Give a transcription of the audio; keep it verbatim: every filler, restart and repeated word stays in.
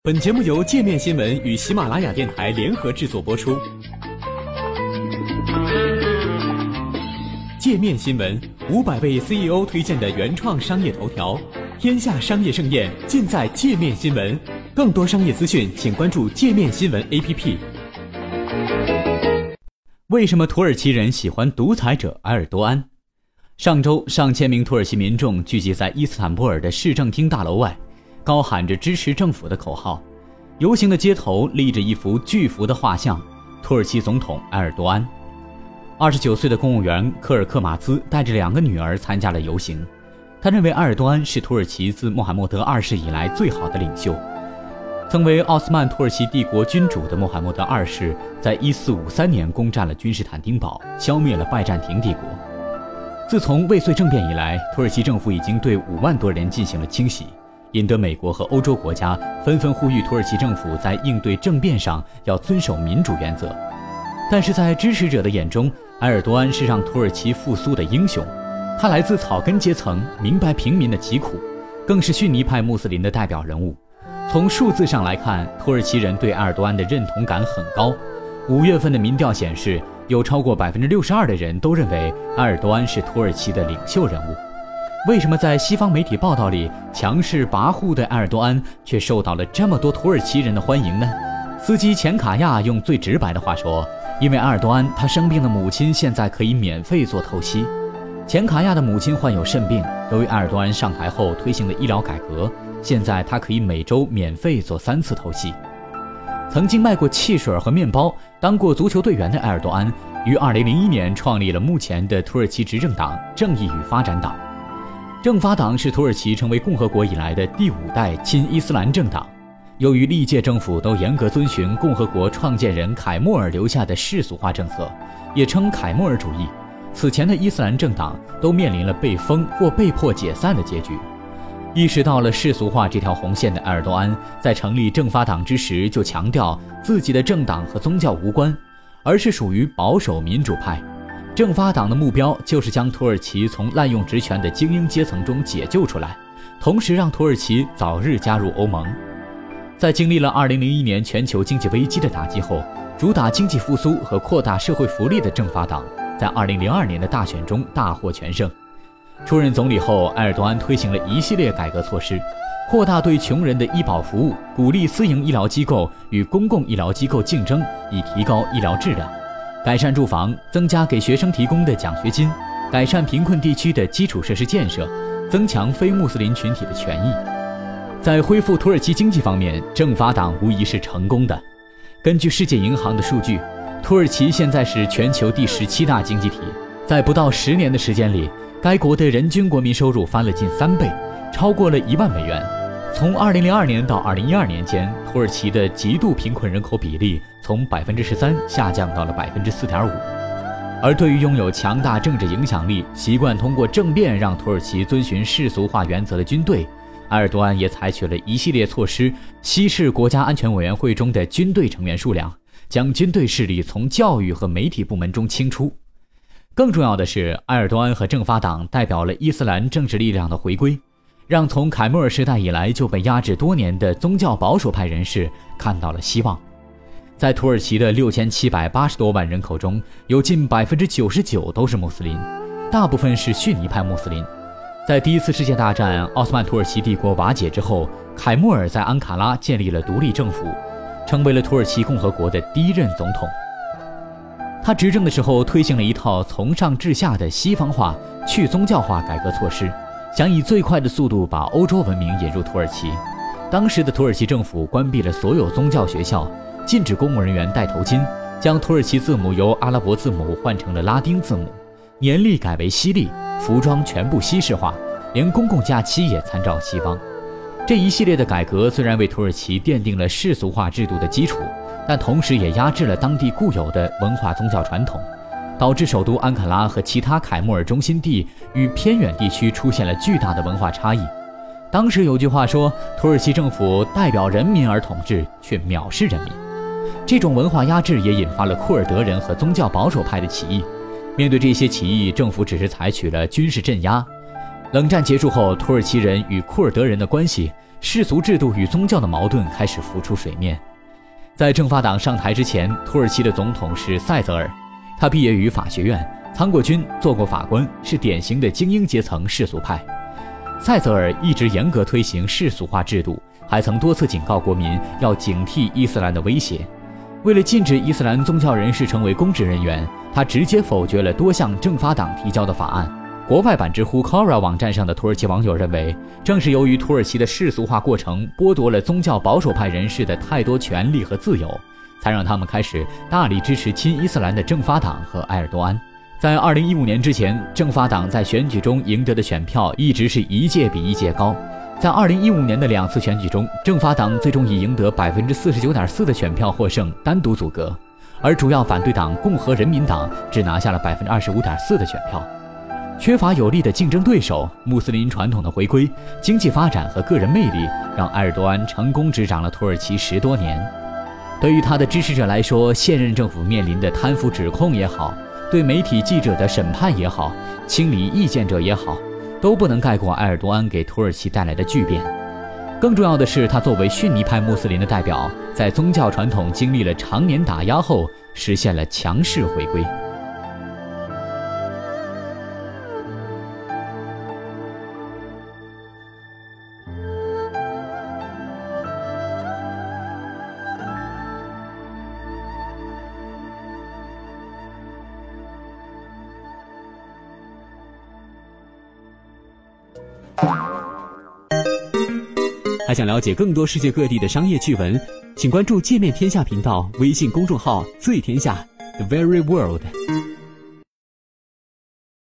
本节目由界面新闻与喜马拉雅电台联合制作播出。界面新闻五百位 C E O 推荐的原创商业头条，天下商业盛宴尽在界面新闻。更多商业资讯，请关注界面新闻 A P P。为什么土耳其人喜欢独裁者埃尔多安？上周，上千名土耳其民众聚集在伊斯坦布尔的市政厅大楼外，高喊着支持政府的口号。游行的街头立着一幅巨幅的画像，土耳其总统埃尔多安。二十九岁的公务员科尔克马兹带着两个女儿参加了游行。他认为埃尔多安是土耳其自穆罕默德二世以来最好的领袖。曾为奥斯曼土耳其帝国君主的穆罕默德二世在一四五三年攻占了君士坦丁堡，消灭了拜占庭帝国。自从未遂政变以来，土耳其政府已经对五万多人进行了清洗，引得美国和欧洲国家纷纷呼吁土耳其政府在应对政变上要遵守民主原则。但是在支持者的眼中，埃尔多安是让土耳其复苏的英雄。他来自草根阶层，明白平民的疾苦，更是逊尼派穆斯林的代表人物。从数字上来看，土耳其人对埃尔多安的认同感很高。五月份的民调显示，有超过 百分之六十二 的人都认为埃尔多安是土耳其的领袖人物。为什么在西方媒体报道里，强势跋扈的埃尔多安却受到了这么多土耳其人的欢迎呢？司机钱卡亚用最直白的话说，因为埃尔多安他生病的母亲现在可以免费做透析。钱卡亚的母亲患有肾病，由于埃尔多安上台后推行的医疗改革，现在他可以每周免费做三次透析。曾经卖过汽水和面包，当过足球队员的埃尔多安于二零零一年创立了目前的土耳其执政党正义与发展党。正发党是土耳其成为共和国以来的第五代亲伊斯兰政党。由于历届政府都严格遵循共和国创建人凯末尔留下的世俗化政策，也称凯末尔主义，此前的伊斯兰政党都面临了被封或被迫解散的结局。意识到了世俗化这条红线的埃尔多安，在成立正发党之时就强调自己的政党和宗教无关，而是属于保守民主派。正发党的目标就是将土耳其从滥用职权的精英阶层中解救出来，同时让土耳其早日加入欧盟。在经历了二零零一年全球经济危机的打击后，主打经济复苏和扩大社会福利的正发党在二零零二年的大选中大获全胜。出任总理后，埃尔多安推行了一系列改革措施，扩大对穷人的医保服务，鼓励私营医疗机构与公共医疗机构竞争，以提高医疗质量，改善住房，增加给学生提供的奖学金，改善贫困地区的基础设施建设，增强非穆斯林群体的权益。在恢复土耳其经济方面，正发党无疑是成功的。根据世界银行的数据，土耳其现在是全球第十七大经济体，在不到十年的时间里，该国的人均国民收入翻了近三倍，超过了一万美元。从二零零二年到二零一二年间，土耳其的极度贫困人口比例从 百分之十三 下降到了 百分之四点五。 而对于拥有强大政治影响力、习惯通过政变让土耳其遵循世俗化原则的军队，埃尔多安也采取了一系列措施，稀释国家安全委员会中的军队成员数量，将军队势力从教育和媒体部门中清出。更重要的是，埃尔多安和正发党代表了伊斯兰政治力量的回归，让从凯末尔时代以来就被压制多年的宗教保守派人士看到了希望。在土耳其的六千七百八十多万人口中，有近 百分之九十九 都是穆斯林，大部分是逊尼派穆斯林。在第一次世界大战奥斯曼土耳其帝国瓦解之后，凯末尔在安卡拉建立了独立政府，成为了土耳其共和国的第一任总统。他执政的时候推行了一套从上至下的西方化、去宗教化改革措施，想以最快的速度把欧洲文明引入土耳其。当时的土耳其政府关闭了所有宗教学校，禁止公务人员戴头巾，将土耳其字母由阿拉伯字母换成了拉丁字母，年历改为西历，服装全部西式化，连公共假期也参照西方。这一系列的改革虽然为土耳其奠定了世俗化制度的基础，但同时也压制了当地固有的文化宗教传统，导致首都安卡拉和其他凯末尔中心地与偏远地区出现了巨大的文化差异。当时有句话说，土耳其政府代表人民而统治，却藐视人民。这种文化压制也引发了库尔德人和宗教保守派的起义。面对这些起义，政府只是采取了军事镇压。冷战结束后，土耳其人与库尔德人的关系世俗制度与宗教的矛盾开始浮出水面。在政法党上台之前，土耳其的总统是塞泽尔，他毕业于法学院，参过军，做过法官，是典型的精英阶层世俗派。塞泽尔一直严格推行世俗化制度，还曾多次警告国民要警惕伊斯兰的威胁。为了禁止伊斯兰宗教人士成为公职人员，他直接否决了多项政法党提交的法案。国外版知乎 Quora 网站上的土耳其网友认为，正是由于土耳其的世俗化过程剥夺了宗教保守派人士的太多权利和自由，才让他们开始大力支持亲伊斯兰的政法党和埃尔多安。在二零一五年之前，政法党在选举中赢得的选票一直是一届比一届高。在二零一五年的两次选举中，政法党最终以赢得 百分之四十九点四 的选票获胜，单独阻隔，而主要反对党共和人民党只拿下了 百分之二十五点四 的选票。缺乏有力的竞争对手，穆斯林传统的回归、经济发展和个人魅力，让埃尔多安成功执掌了土耳其十多年。对于他的支持者来说，现任政府面临的贪腐指控也好，对媒体记者的审判也好，清理意见者也好，都不能盖过埃尔多安给土耳其带来的巨变。更重要的是，他作为逊尼派穆斯林的代表，在宗教传统经历了常年打压后，实现了强势回归。 还想了解更多世界各地的商业趣闻，请关注界面天下频道微信公众号“最天下 The Very World”。